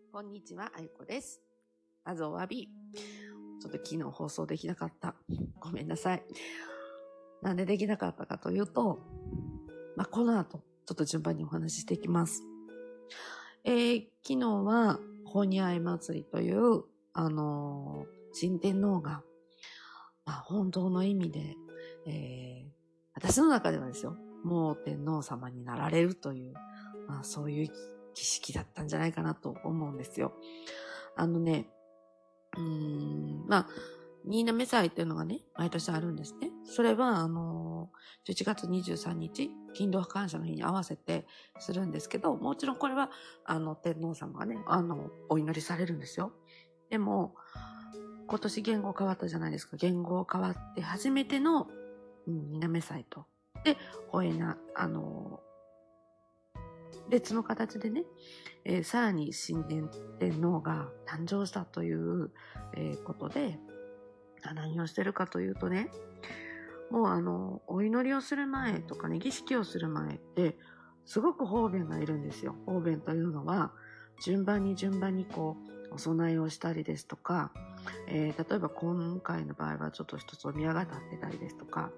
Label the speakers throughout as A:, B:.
A: こんにちは、あゆこです。まずお詫び。ちょっと昨日放送できなかった。ごめんなさい。なんでできなかったかというと、この後、ちょっと順番にお話ししていきます。昨日は、本に愛祭りという、新天皇が、本当の意味で、私の中ではですよ、もう天皇様になられるという、そういう儀式だったんじゃないかなと思うんですよ。新嘗祭っていうのがね、毎年あるんですね。それは、11月23日、勤労感謝の日に合わせてするんですけど、もちろんこれは、天皇様がね、お祈りされるんですよ。でも、今年元号変わったじゃないですか。元号変わって初めての、新嘗祭と。で、別の形でね、さらに新天皇が誕生したという、ことで、何をしてるかというとね、もうお祈りをする前とかね、儀式をする前って、すごく方便がいるんですよ。方便というのは、順番にこう、お供えをしたりですとか、例えば今回の場合はちょっと一つお宮が立ってたりですとか、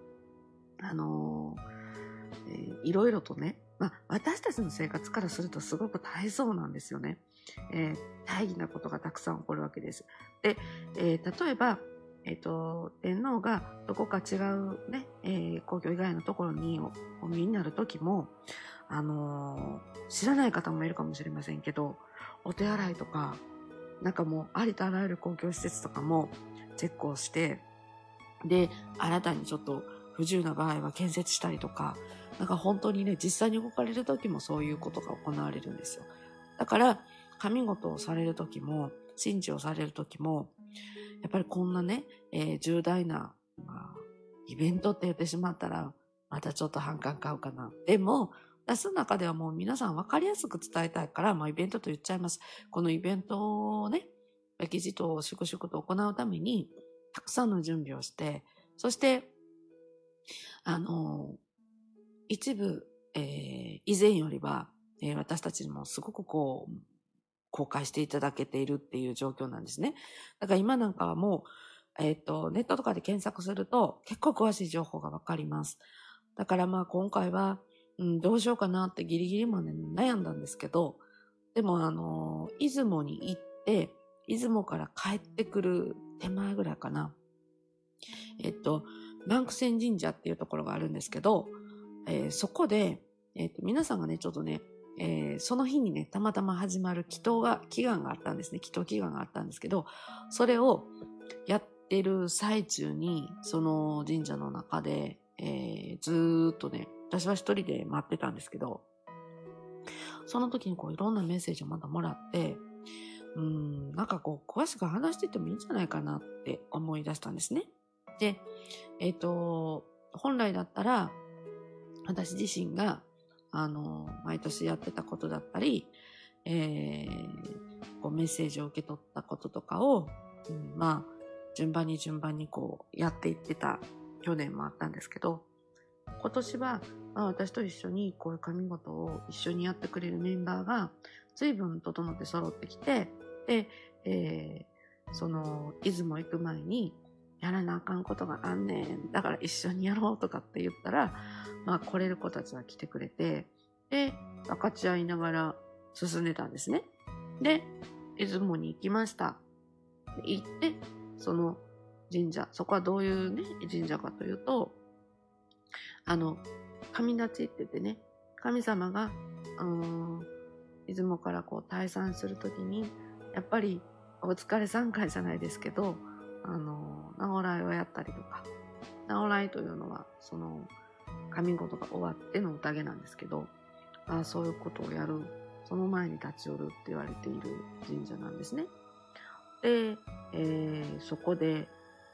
A: いろいろとね、私たちの生活からするとすごく大層なんですよね。大義なことがたくさん起こるわけです。で、例えば、天皇がどこか違うね、皇居以外のところにお見になるときも、知らない方もいるかもしれませんけど、お手洗いとか、なんかもうありとあらゆる公共施設とかもチェックをして、で、新たにちょっと不自由な場合は建設したりとか、なんか本当にね、実際に動かれる時もそういうことが行われるんですよ。だから、神事をされる時も、神事をされる時も、やっぱりこんなね、重大な、イベントって言ってしまったら、またちょっと反感買うかな。でも、私の中ではもう皆さん分かりやすく伝えたいから、イベントと言っちゃいます。このイベントをね、歴史と粛々と行うために、たくさんの準備をして、そして、一部、以前よりは、私たちもすごく公開していただけているっていう状況なんですね。だから今なんかはもう、ネットとかで検索すると結構詳しい情報がわかります。だから今回は、どうしようかなってギリギリまで悩んだんですけど、でも出雲に行って、出雲から帰ってくる手前ぐらいかな。南九千神社っていうところがあるんですけど、そこで、皆さんがね、ちょっとね、その日にね、たまたま始まる祈願があったんですね。祈祷祈願があったんですけど、それをやってる最中に、その神社の中で、ずーっとね、私は一人で待ってたんですけど、その時にいろんなメッセージをまたもらって、なんか詳しく話しててもいいんじゃないかなって思い出したんですね。で、本来だったら、私自身が、毎年やってたことだったり、メッセージを受け取ったこととかを、順番にやっていってた去年もあったんですけど、今年は、私と一緒にこういう神事を一緒にやってくれるメンバーが随分整って揃ってきて、で、出雲行く前にやらなあかんことがあんねん。だから一緒にやろうとかって言ったら、来れる子たちは来てくれて、で、分かち合いながら進んでたんですね。で、出雲に行きました。で行って、その神社、そこはどういうね、神社かというと、神立ちって言ってね、神様が、出雲から退散するときに、やっぱりお疲れ三回じゃないですけど、直来をやったりとか、直来というのは、神事が終わっての宴なんですけど、そういうことをやる、その前に立ち寄るって言われている神社なんですね。で、そこで、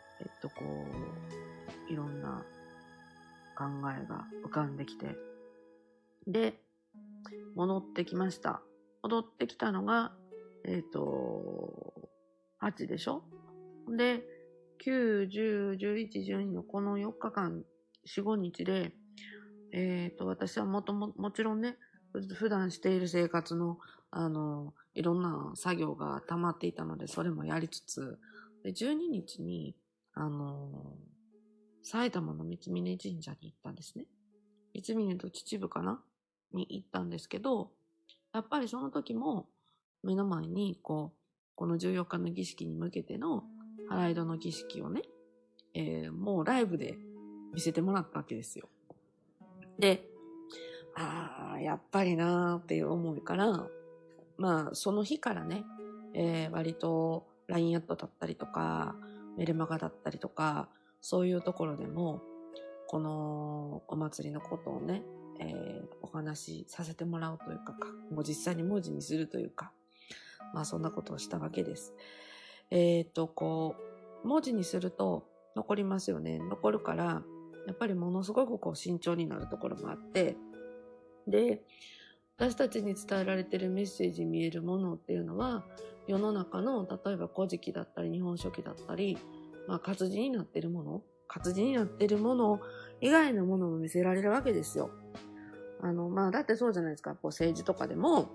A: いろんな考えが浮かんできて、で、戻ってきました。戻ってきたのが、8でしょ？で、9、10、11、12のこの4日間、4、5日で、私はもちろんね、 普段している生活の、いろんな作業が溜まっていたので、それもやりつつ、で、12日に、埼玉の三峯神社に行ったんですね。三峯と秩父かなに行ったんですけど、やっぱりその時も、目の前に、この14日の儀式に向けての、払い戸の儀式をね、もうライブで見せてもらったわけですよ。で、やっぱりなーっていう思いから、まあ、その日からね、割と LINE アットだったりとか、メルマガだったりとか、そういうところでも、このお祭りのことをね、お話しさせてもらうというか、もう実際に文字にするというか、まあそんなことをしたわけです。文字にすると残りますよね。残るから、やっぱりものすごく慎重になるところもあって、で、私たちに伝えられているメッセージ見えるものっていうのは、世の中の、例えば古事記だったり、日本書紀だったり、まあ活字になっているもの以外のものも見せられるわけですよ。まあだってそうじゃないですか。政治とかでも、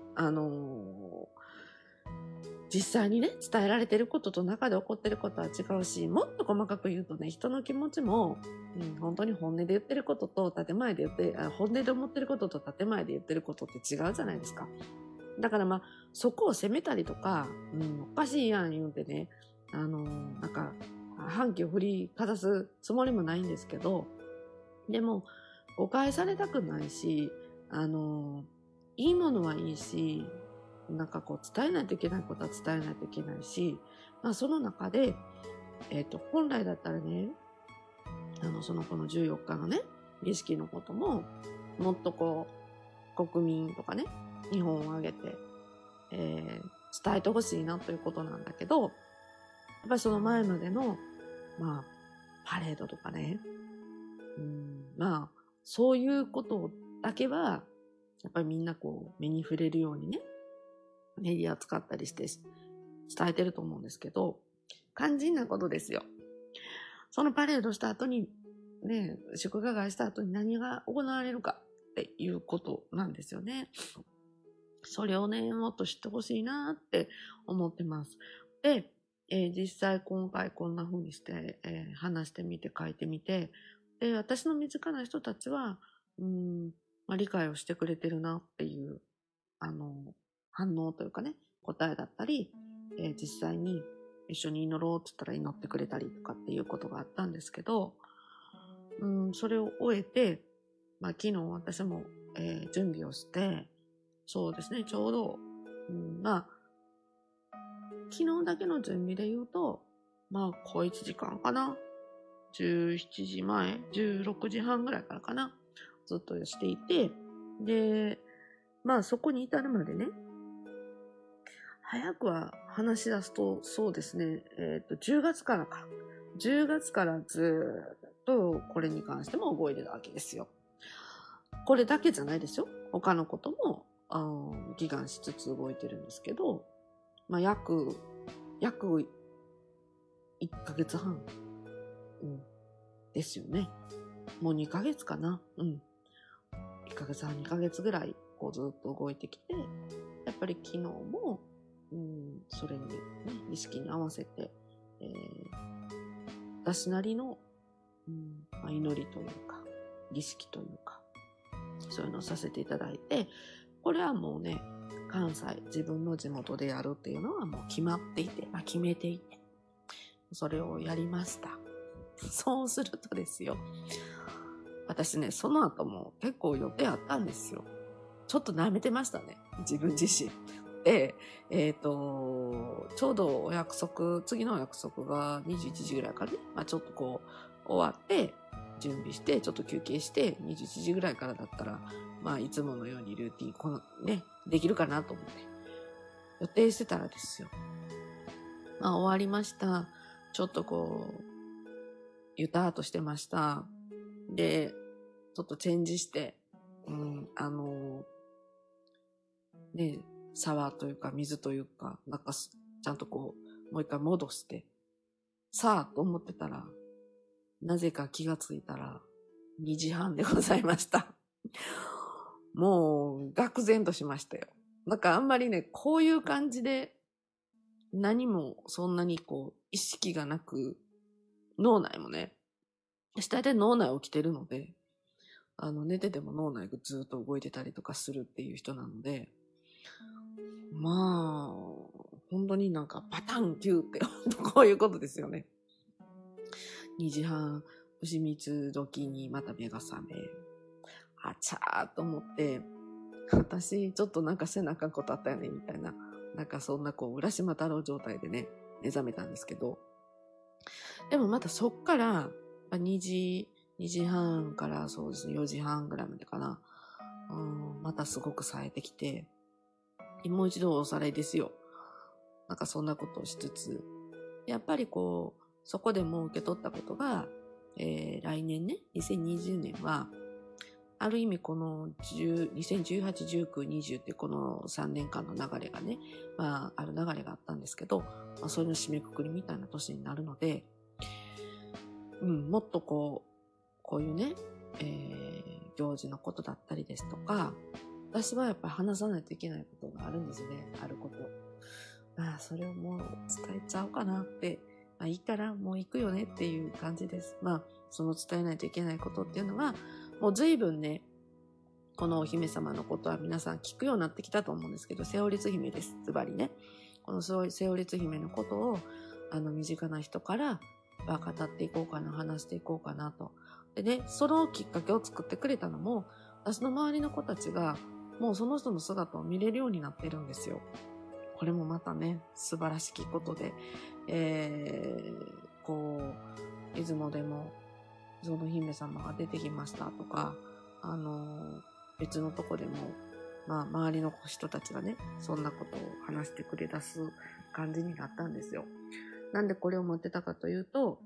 A: 実際にね、伝えられてることと中で起こってることは違うし、もっと細かく言うとね、人の気持ちも、本当に本音で言ってることと建前で本音で思ってることと建前で言ってることって違うじゃないですか。だからまあ、そこを責めたりとか、おかしいやん言うてね、なんか、反旗を振りかざすつもりもないんですけど、でも、誤解されたくないし、いいものはいいし、なんか伝えないといけないことは伝えないといけないし、まあその中で、本来だったらね、この14日のね、儀式のことも、もっと国民とかね、日本を挙げて、伝えてほしいなということなんだけど、やっぱりその前までの、まあ、パレードとかね、まあ、そういうことだけは、やっぱりみんな目に触れるようにね、メディアを使ったりして伝えてると思うんですけど、肝心なことですよ。そのパレードした後に、ね、祝賀会した後に何が行われるかっていうことなんですよね。それをね、もっと知ってほしいなって思ってます。で、実際今回こんな風にして、話してみて書いてみて、で、私の身近な人たちは、まあ、理解をしてくれてるなっていう、反応というかね、答えだったり、実際に一緒に祈ろうって言ったら祈ってくれたりとかっていうことがあったんですけど、それを終えて、まあ、昨日私も、準備をして、そうですね、ちょうど、まあ、昨日だけの準備で言うと、まあ、小1時間かな。17時前、16時半ぐらいからかな。ずっとしていて、で、まあそこに至るまでね、早くは話し出すと、そうですね、10月からか。10月からずっとこれに関しても動いてたわけですよ。これだけじゃないですよ。他のことも、祈願しつつ動いてるんですけど、まあ約1ヶ月半、ですよね。もう2ヶ月かな。1ヶ月半、2ヶ月ぐらい、ずっと動いてきて、やっぱり昨日も、それにね、意識に合わせて、私なりの、まあ、祈りというか、儀式というか、そういうのをさせていただいて、これはもうね、関西、自分の地元でやるっていうのはもう決まっていて、決めていて、それをやりました。そうするとですよ、私ね、その後も結構予定あったんですよ。ちょっと舐めてましたね、自分自身。で、ちょうど次のお約束が21時ぐらいからね、ちょっと終わって、準備して、ちょっと休憩して、21時ぐらいからだったら、いつものようにルーティン、できるかなと思って、予定してたらですよ。終わりました。ちょっとゆたーっとしてました。で、ちょっとチェンジして、シャワーというか水というか、ちゃんともう一回戻して、さあと思ってたら、なぜか気がついたら、2時半でございました。 もう、愕然としましたよ。なんかあんまりね、こういう感じで、何もそんなに意識がなく、脳内もね、下で脳内起きてるので、寝てても脳内がずっと動いてたりとかするっていう人なので、まあ、本当になんかパタンキューってこういうことですよね。2時半、牛蜜時にまた目が覚め、あちゃーと思って、私ちょっとなんかせなあかんことあったよね、みたいな。なんかそんな浦島太郎状態でね、目覚めたんですけど、でもまたそっから、2時半からそうですね、4時半ぐらいまでかな。またすごく冴えてきて、もう一度おさらいですよ。なんかそんなことをしつつ、やっぱりそこでも受け取ったことが、来年ね、2020年は、ある意味この2018、19、20ってこの3年間の流れがね、ある流れがあったんですけど、それの締めくくりみたいな年になるので、もっとこういうね、行事のことだったりですとか、私はやっぱり話さないといけないことがあるんですね、あること。それをもう伝えちゃおうかなって、いいからもう行くよねっていう感じです。その伝えないといけないことっていうのは、もう随分ね、このお姫様のことは皆さん聞くようになってきたと思うんですけど、セオリツ姫です。ズバリね。このセオリツ姫のことを、身近な人から語っていこうかな、話していこうかなと。でね、そのきっかけを作ってくれたのも、私の周りの子たちが、もうその人の姿を見れるようになってるんですよ。これもまたね、素晴らしきことで、出雲でも、その姫様が出てきましたとか、別のとこでも、周りの人たちがね、そんなことを話してくれ出す感じになったんですよ。なんでこれを持ってたかというと、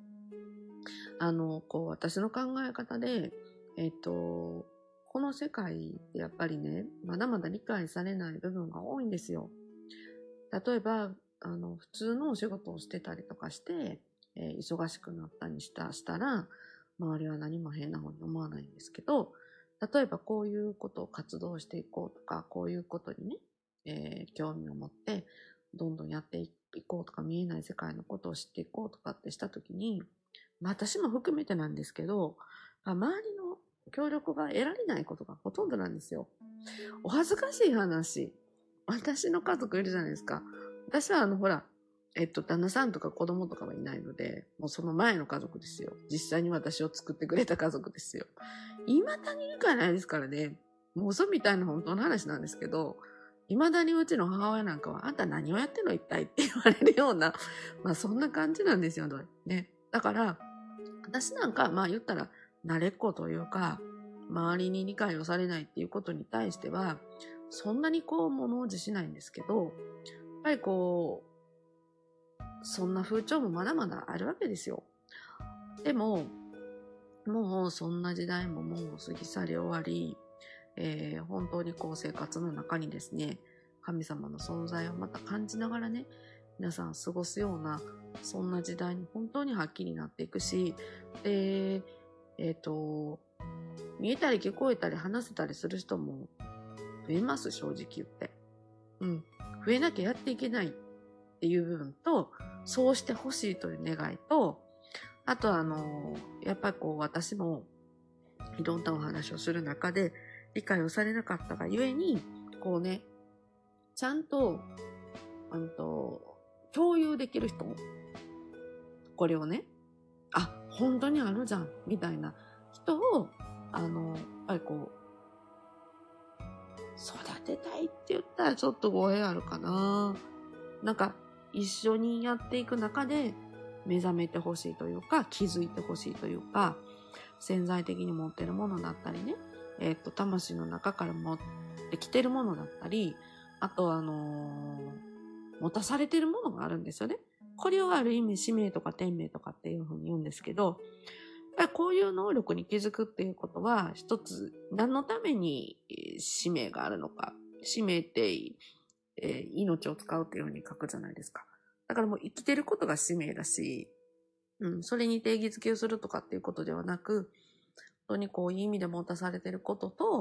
A: 私の考え方で、この世界ってやっぱりね、まだまだ理解されない部分が多いんですよ。例えば、普通のお仕事をしてたりとかして、忙しくなったりしたら、周りは何も変な方に思わないんですけど、例えばこういうことを活動していこうとか、こういうことにね、興味を持って、どんどんやっていこうとか、見えない世界のことを知っていこうとかってしたときに、私も含めてなんですけど、周りの協力が得られないことがほとんどなんですよ。お恥ずかしい話。私の家族いるじゃないですか。私はほら、旦那さんとか子供とかはいないので、もうその前の家族ですよ。実際に私を作ってくれた家族ですよ。未だに理解ないですからね。もう嘘みたいな本当の話なんですけど、未だにうちの母親なんかは、あんた何をやってんの一体って言われるような、そんな感じなんですよ。ね。だから、私なんか、言ったら、慣れっこというか、周りに理解をされないっていうことに対しては、そんなに物おじしないんですけど、やっぱりそんな風潮もまだまだあるわけですよ。でも、もうそんな時代ももう過ぎ去り終わり、本当に生活の中にですね、神様の存在をまた感じながらね、皆さん過ごすような、そんな時代に本当にはっきりなっていくし、で、見えたり聞こえたり話せたりする人も増えます、正直言って。増えなきゃやっていけないっていう部分と、そうしてほしいという願いと、あとやっぱり私もいろんなお話をする中で理解をされなかったがゆえに、ちゃんと、共有できる人、これをね、本当にあるじゃん、みたいな人を、やっぱり育てたいって言ったらちょっと語弊あるかな。なんか、一緒にやっていく中で目覚めてほしいというか、気づいてほしいというか、潜在的に持ってるものだったりね、魂の中から持ってきてるものだったり、あと持たされてるものがあるんですよね。これをある意味使命とか天命とかっていうふうに言うんですけど、やっぱりこういう能力に気づくっていうことは、一つ何のために使命があるのか。使命って命を使うっていうふうに書くじゃないですか。だからもう生きてることが使命だし、それに定義づけをするとかっていうことではなく、本当にいい意味で持たされてることと、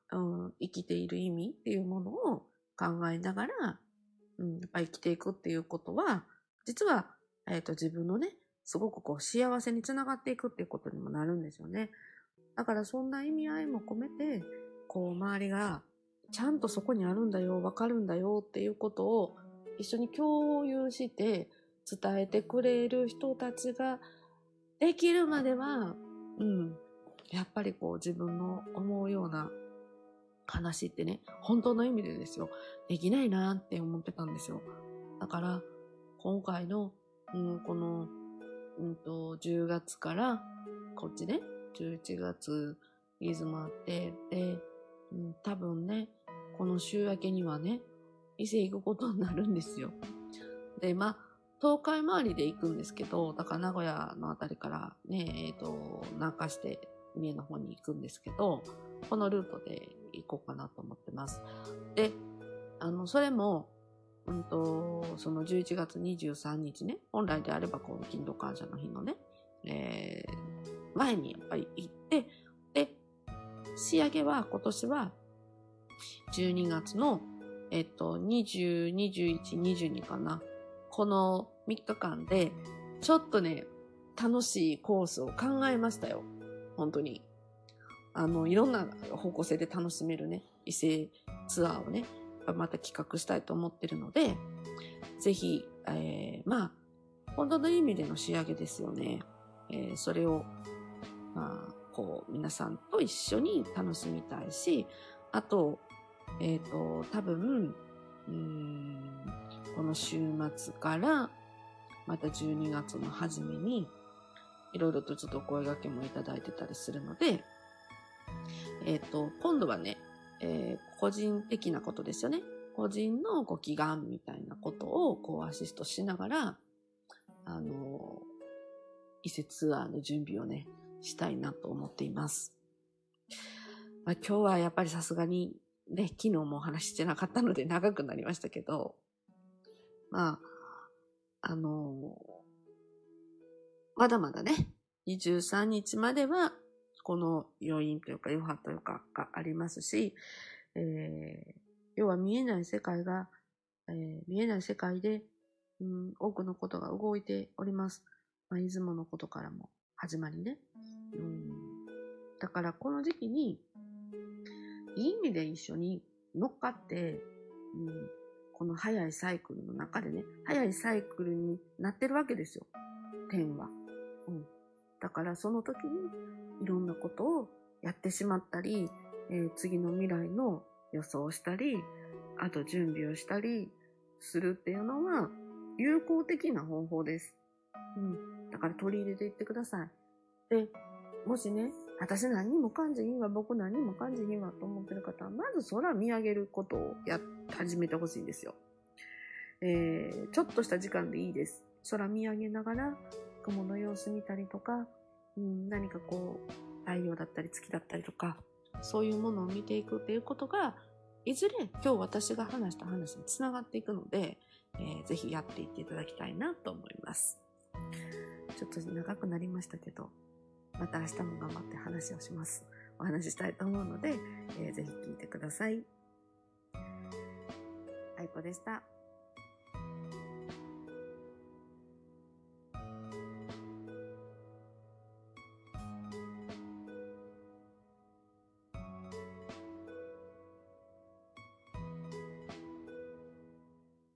A: 生きている意味っていうものを考えながら、やっぱり生きていくっていうことは、実は、自分のね、すごくこう幸せにつながっていくっていうことにもなるんですよね。だからそんな意味合いも込めて、こう周りがちゃんとそこにあるんだよ、わかるんだよっていうことを一緒に共有して伝えてくれる人たちができるまでは、やっぱりこう自分の思うような話ってね、本当の意味でですよ、できないなって思ってたんですよ。だから、今回の、この、10月から、こっちね、11月、リズムあって、で、多分ね、この週明けにはね、伊勢行くことになるんですよ。で、東海回りで行くんですけど、だから名古屋のあたりからね、南下して三重の方に行くんですけど、このルートで行こうかなと思ってます。で、それも、その11月23日ね、本来であればこの勤労感謝の日のね、前にやっぱり行って、で、仕上げは今年は12月の、20、21、22かな。この3日間で、ちょっとね、楽しいコースを考えましたよ。本当に。いろんな方向性で楽しめるね、伊勢ツアーをね、また企画したいと思ってるので、ぜひ、本当の意味での仕上げですよね。それを、こう、皆さんと一緒に楽しみたいし、あと、多分、この週末から、また12月の初めに、いろいろとちょっとお声掛けもいただいてたりするので、今度はね、個人的なことですよね。個人のご祈願みたいなことをこうアシストしながら、伊勢ツアーの準備をね、したいなと思っています。今日はやっぱりさすがにね、昨日もお話ししてなかったので長くなりましたけど、まだまだね、23日までは、この余韻というか余波というかがありますし、要は見えない世界が、見えない世界で、多くのことが動いております。出雲のことからも始まりね。だからこの時期に、いい意味で一緒に乗っかって、この早いサイクルの中でね、早いサイクルになってるわけですよ。天は。だからその時にいろんなことをやってしまったり、次の未来の予想をしたり、あと準備をしたりするっていうのは有効的な方法です。だから取り入れていってください。で、もしね、私何にも感じひんわ、僕何にも感じひんわと思ってる方は、まず空見上げることを始めてほしいんですよ。ちょっとした時間でいいです。空見上げながら、雲の様子見たりとか、何かこう、太陽だったり月だったりとか、そういうものを見ていくっていうことが、いずれ今日私が話した話につながっていくので、ぜひやっていっていただきたいなと思います。ちょっと長くなりましたけど、また明日も頑張って話をします。お話ししたいと思うので、ぜひ聞いてください。あいこでした。